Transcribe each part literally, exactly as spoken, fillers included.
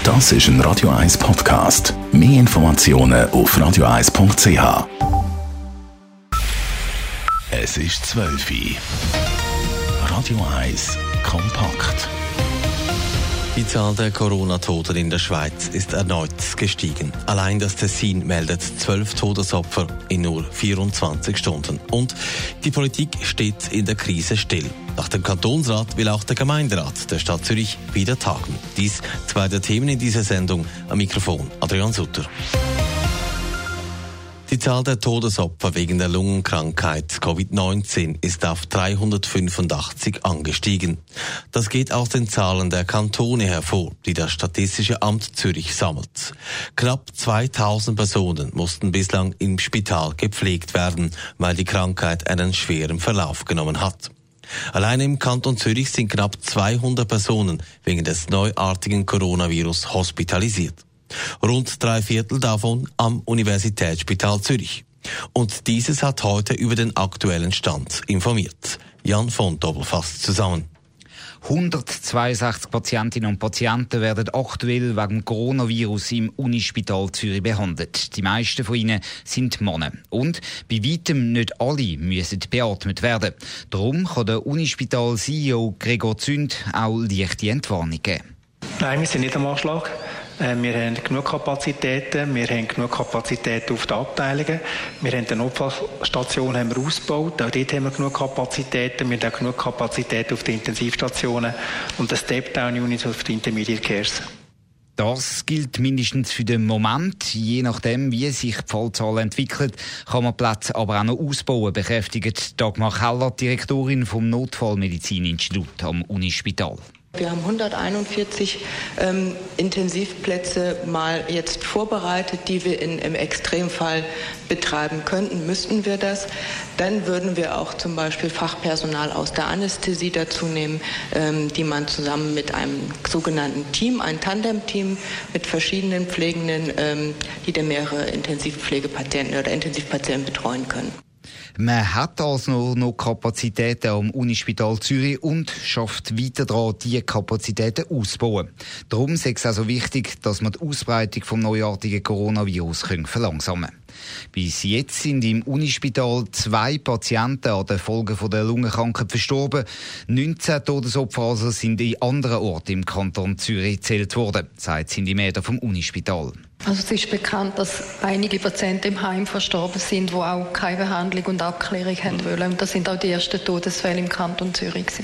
Das ist ein Radio eins Podcast. Mehr Informationen auf radio eins punkt c h. Es ist zwölf Uhr. Radio eins kompakt. Die Zahl der Corona-Toten in der Schweiz ist erneut gestiegen. Allein das Tessin meldet zwölf Todesopfer in nur vierundzwanzig Stunden. Und die Politik steht in der Krise still. Nach dem Kantonsrat will auch der Gemeinderat der Stadt Zürich wieder tagen. Dies zwei der Themen in dieser Sendung. Am Mikrofon Adrian Sutter. Die Zahl der Todesopfer wegen der Lungenkrankheit Covid neunzehn ist auf dreihundertfünfundachtzig angestiegen. Das geht aus den Zahlen der Kantone hervor, die das Statistische Amt Zürich sammelt. Knapp zweitausend Personen mussten bislang im Spital gepflegt werden, weil die Krankheit einen schweren Verlauf genommen hat. Allein im Kanton Zürich sind knapp zweihundert Personen wegen des neuartigen Coronavirus hospitalisiert. Rund drei Viertel davon am Universitätsspital Zürich. Und dieses hat heute über den aktuellen Stand informiert. Jan von Doppel fasst zusammen. hundertzweiundsechzig Patientinnen und Patienten werden aktuell wegen Coronavirus im Unispital Zürich behandelt. Die meisten von ihnen sind Männer. Und bei weitem nicht alle müssen beatmet werden. Darum kann der Unispital-C E O Gregor Zünd auch leichte Entwarnung geben. Nein, wir sind nicht am Anschlag. Wir haben genug Kapazitäten, wir haben genug Kapazitäten auf den Abteilungen, wir haben die Notfallstation haben wir ausgebaut, auch dort haben wir genug Kapazitäten, wir haben auch genug Kapazitäten auf den Intensivstationen und das Step-Down-Units auf die Intermediate Cares. Das gilt mindestens für den Moment. Je nachdem, wie sich die Fallzahl entwickelt, kann man Plätze aber auch noch ausbauen, bekräftigt Dagmar Keller, Direktorin vom Notfallmedizininstitut am Unispital. Wir haben hunderteinundvierzig ähm, Intensivplätze mal jetzt vorbereitet, die wir in, im Extremfall betreiben könnten. Müssten wir das, dann würden wir auch zum Beispiel Fachpersonal aus der Anästhesie dazu nehmen, ähm, die man zusammen mit einem sogenannten Team, ein Tandem-Team mit verschiedenen Pflegenden, ähm, die dann mehrere Intensivpflegepatienten oder Intensivpatienten betreuen können. Man hat also noch Kapazitäten am Unispital Zürich und schafft weiter daran, diese Kapazitäten auszubauen. Darum ist es also wichtig, dass man die Ausbreitung des neuartigen Coronavirus verlangsamen können. Bis jetzt sind im Unispital zwei Patienten an den Folgen der Lungenkrankheit verstorben. neunzehn Todesopfer also sind in anderen Orten im Kanton Zürich gezählt worden, sagt Cindy Mäder vom Unispital. Also es ist bekannt, dass einige Patienten im Heim verstorben sind, die auch keine Behandlung und Abklärung haben wollen. Und das sind auch die ersten Todesfälle im Kanton Zürich gewesen.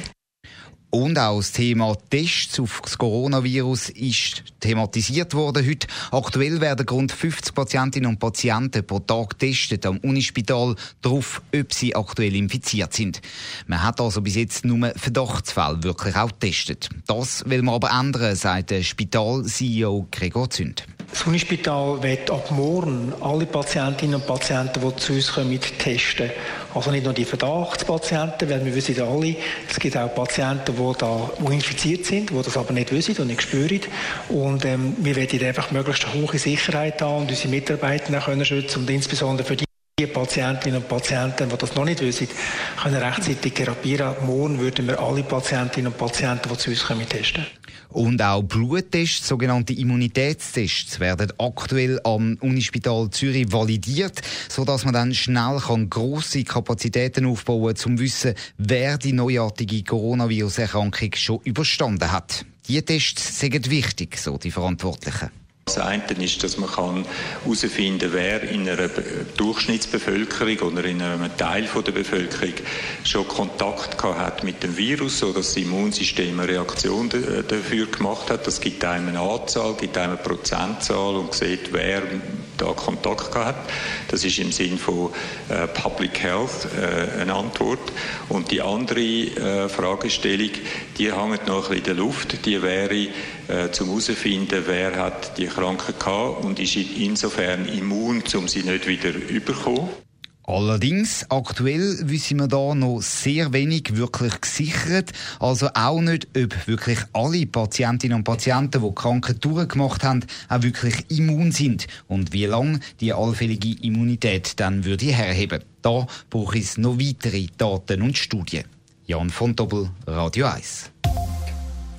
Und auch das Thema Tests auf das Coronavirus ist thematisiert worden heute. Aktuell werden rund fünfzig Patientinnen und Patienten pro Tag getestet am Unispital darauf, ob sie aktuell infiziert sind. Man hat also bis jetzt nur Verdachtsfälle wirklich auch getestet. Das will man aber ändern, sagt der Spital-C E O Gregor Zünd. Das Unispital wird ab morgen alle Patientinnen und Patienten, die zu uns kommen, testen. Also nicht nur die Verdachtspatienten, weil wir wissen alle, es gibt auch Patienten, die, da, die infiziert sind, die das aber nicht wissen und nicht spüren. Und ähm, wir wollen einfach möglichst eine hohe Sicherheit haben und unsere Mitarbeiter können schützen und insbesondere für die Die Patientinnen und Patienten, die das noch nicht wissen, können rechtzeitig therapieren. Morgen würden wir alle Patientinnen und Patienten, die zu uns kommen, testen. Und auch Bluttests, sogenannte Immunitätstests, werden aktuell am Unispital Zürich validiert, sodass man dann schnell kann grosse Kapazitäten aufbauen kann, um zu wissen, wer die neuartige Coronavirus-Erkrankung schon überstanden hat. Diese Tests sind wichtig, so die Verantwortlichen. Das eine ist, dass man herausfinden kann, wer in einer Durchschnittsbevölkerung oder in einem Teil der Bevölkerung schon Kontakt gehabt hat mit dem Virus, sodass das Immunsystem eine Reaktion dafür gemacht hat. Das gibt einem eine Anzahl, gibt einem eine Prozentzahl und sieht, wer da Kontakt gehabt hat. Das ist im Sinn von äh, Public Health äh, eine Antwort. Und die andere äh, Fragestellung, die hängt noch ein bisschen in der Luft, die wäre äh, zum herausfinden, wer hat die Krankheit gehabt und ist insofern immun, um sie nicht wieder zu bekommen. Allerdings, aktuell wissen wir da noch sehr wenig wirklich gesichert. Also auch nicht, ob wirklich alle Patientinnen und Patienten, die die Krankheit durchgemacht haben, auch wirklich immun sind. Und wie lange die allfällige Immunität dann würde herheben. Da brauche es noch weitere Daten und Studien. Jan von Doppel, Radio eins.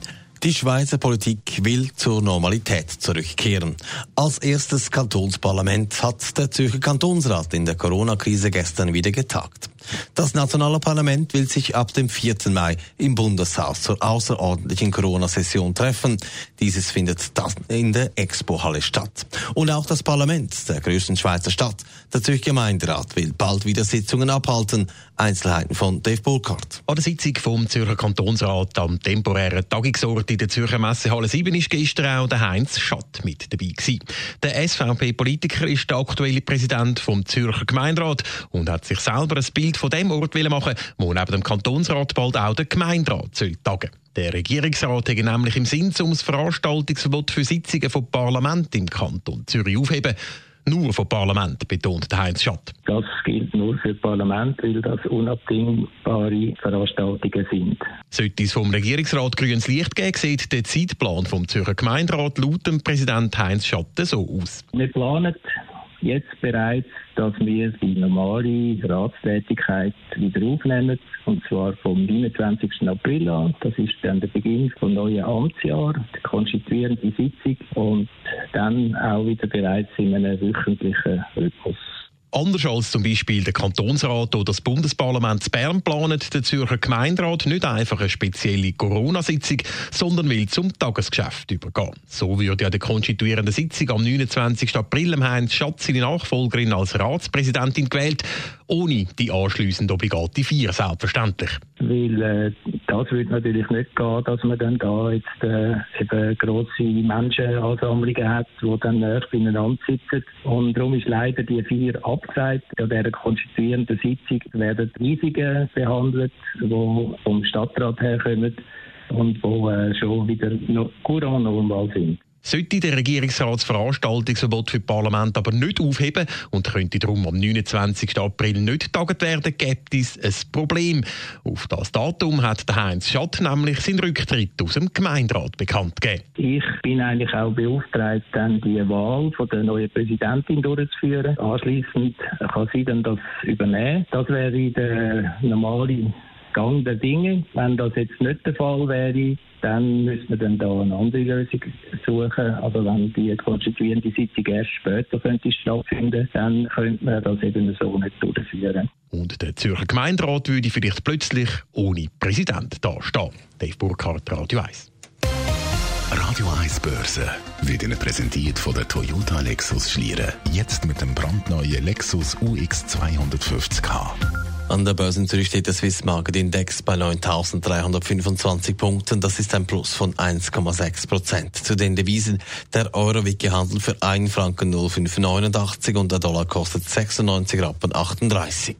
Die Schweizer Politik will zur Normalität zurückkehren. Als erstes Kantonsparlament hat der Zürcher Kantonsrat in der Corona-Krise gestern wieder getagt. Das nationale Parlament will sich ab dem vierten Mai im Bundeshaus zur außerordentlichen Corona-Session treffen. Dieses findet dann in der Expo-Halle statt. Und auch das Parlament der grössten Schweizer Stadt, der Zürcher Gemeinderat, will bald wieder Sitzungen abhalten. Einzelheiten von Dave Burkhardt. An der Sitzung vom Zürcher Kantonsrat am temporären Tagungsort in der Zürcher Messehalle sieben ist gestern auch der Heinz Schatt mit dabei gewesen. Der S V P-Politiker ist der aktuelle Präsident vom Zürcher Gemeinderat und hat sich selber ein Bild von dem Ort machen, wo neben dem Kantonsrat bald auch der Gemeinderat soll tagen. Der Regierungsrat hat nämlich im Sinn, um das Veranstaltungsverbot für Sitzungen von Parlament im Kanton Zürich aufheben. Nur vom Parlament, betont Heinz Schatt. Das gilt nur für das Parlament, weil das unabdingbare Veranstaltungen sind. Sollte es vom Regierungsrat grünes Licht geben, sieht der Zeitplan vom Zürcher Gemeinderat laut dem Präsident Heinz Schatt so aus. Wir planen jetzt bereits, dass wir die normale Ratstätigkeit wieder aufnehmen, und zwar vom neunundzwanzigsten April an. Das ist dann der Beginn des neuen Amtsjahres, die konstituierende Sitzung, und dann auch wieder bereits in einem wöchentlichen Rhythmus. Anders als zum Beispiel der Kantonsrat oder das Bundesparlament in Bern planet der Zürcher Gemeinderat nicht einfach eine spezielle Corona-Sitzung, sondern will zum Tagesgeschäft übergehen. So würde ja der konstituierenden Sitzung am neunundzwanzigsten April im Heinz Schatt seine Nachfolgerin als Ratspräsidentin gewählt, ohne die anschliessend obligate Feier, selbstverständlich. Weil äh, das würde natürlich nicht gehen, dass man dann da jetzt äh, eben grosse Menschenansammlungen hat, die dann näher beieinander sitzen. Und darum ist leider die Feier abgesagt. An dieser konstituierenden Sitzung werden Weisungen behandelt, die vom Stadtrat herkommen und die äh, schon wieder no- courant normal sind. Sollte der Regierungsrat das Veranstaltungsverbot für das Parlament aber nicht aufheben und könnte darum am neunundzwanzigsten April nicht getagt werden, gibt es ein Problem. Auf das Datum hat der Heinz Schatt nämlich seinen Rücktritt aus dem Gemeinderat bekannt gegeben. Ich bin eigentlich auch beauftragt, dann die Wahl von der neuen Präsidentin durchzuführen. Anschliessend kann sie dann das übernehmen. Das wäre der normale Gang der Dinge. Wenn das jetzt nicht der Fall wäre, dann müsste man dann da eine andere Lösung suchen. Also wenn die konstituierende Sitzung erst später könnte stattfinden, dann könnte man das eben so nicht durchführen. Und der Zürcher Gemeinderat würde vielleicht plötzlich ohne Präsident dastehen. Dave Burkhardt, Radio eins. Radio eins Börse wird Ihnen präsentiert von der Toyota Lexus Schlieren. Jetzt mit dem brandneuen Lexus U X zweihundertfünfzig K. An der Börse in Zürich steht der Swiss Market Index bei neuntausenddreihundertfünfundzwanzig Punkten. Das ist ein Plus von eins Komma sechs Prozent. Zu den Devisen: der Euro wird gehandelt für einen Franken null Komma fünf neunundachtzig und der Dollar kostet sechsundneunzig Rappen achtunddreißig.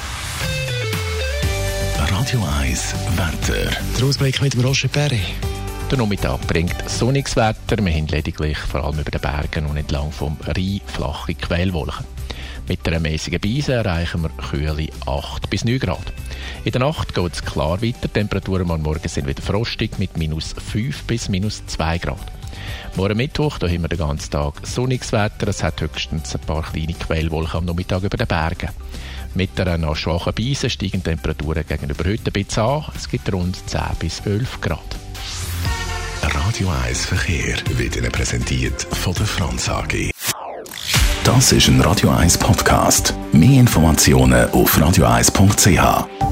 Radio eins Wetter. Der Ausblick mit dem Roger Perry. Der Nachmittag bringt sonniges Wetter. Wir haben lediglich vor allem über den Bergen und entlang vom Rhein flache Quellwolken. Mit einer mäßigen Beise erreichen wir kühle acht bis neun Grad. In der Nacht geht es klar weiter. Die Temperaturen am Morgen sind wieder frostig mit minus fünf bis minus zwei Grad. Morgen Mittwoch da haben wir den ganzen Tag sonniges Wetter. Es hat höchstens ein paar kleine Quellwolken am Nachmittag über den Bergen. Mit einer noch schwachen Beise steigen die Temperaturen gegenüber heute ein bisschen an. Es gibt rund zehn bis elf Grad. Radio eins Verkehr wird Ihnen präsentiert von der Franz A G. Das ist ein Radio eins Podcast. Mehr Informationen auf radio eins punkt c h.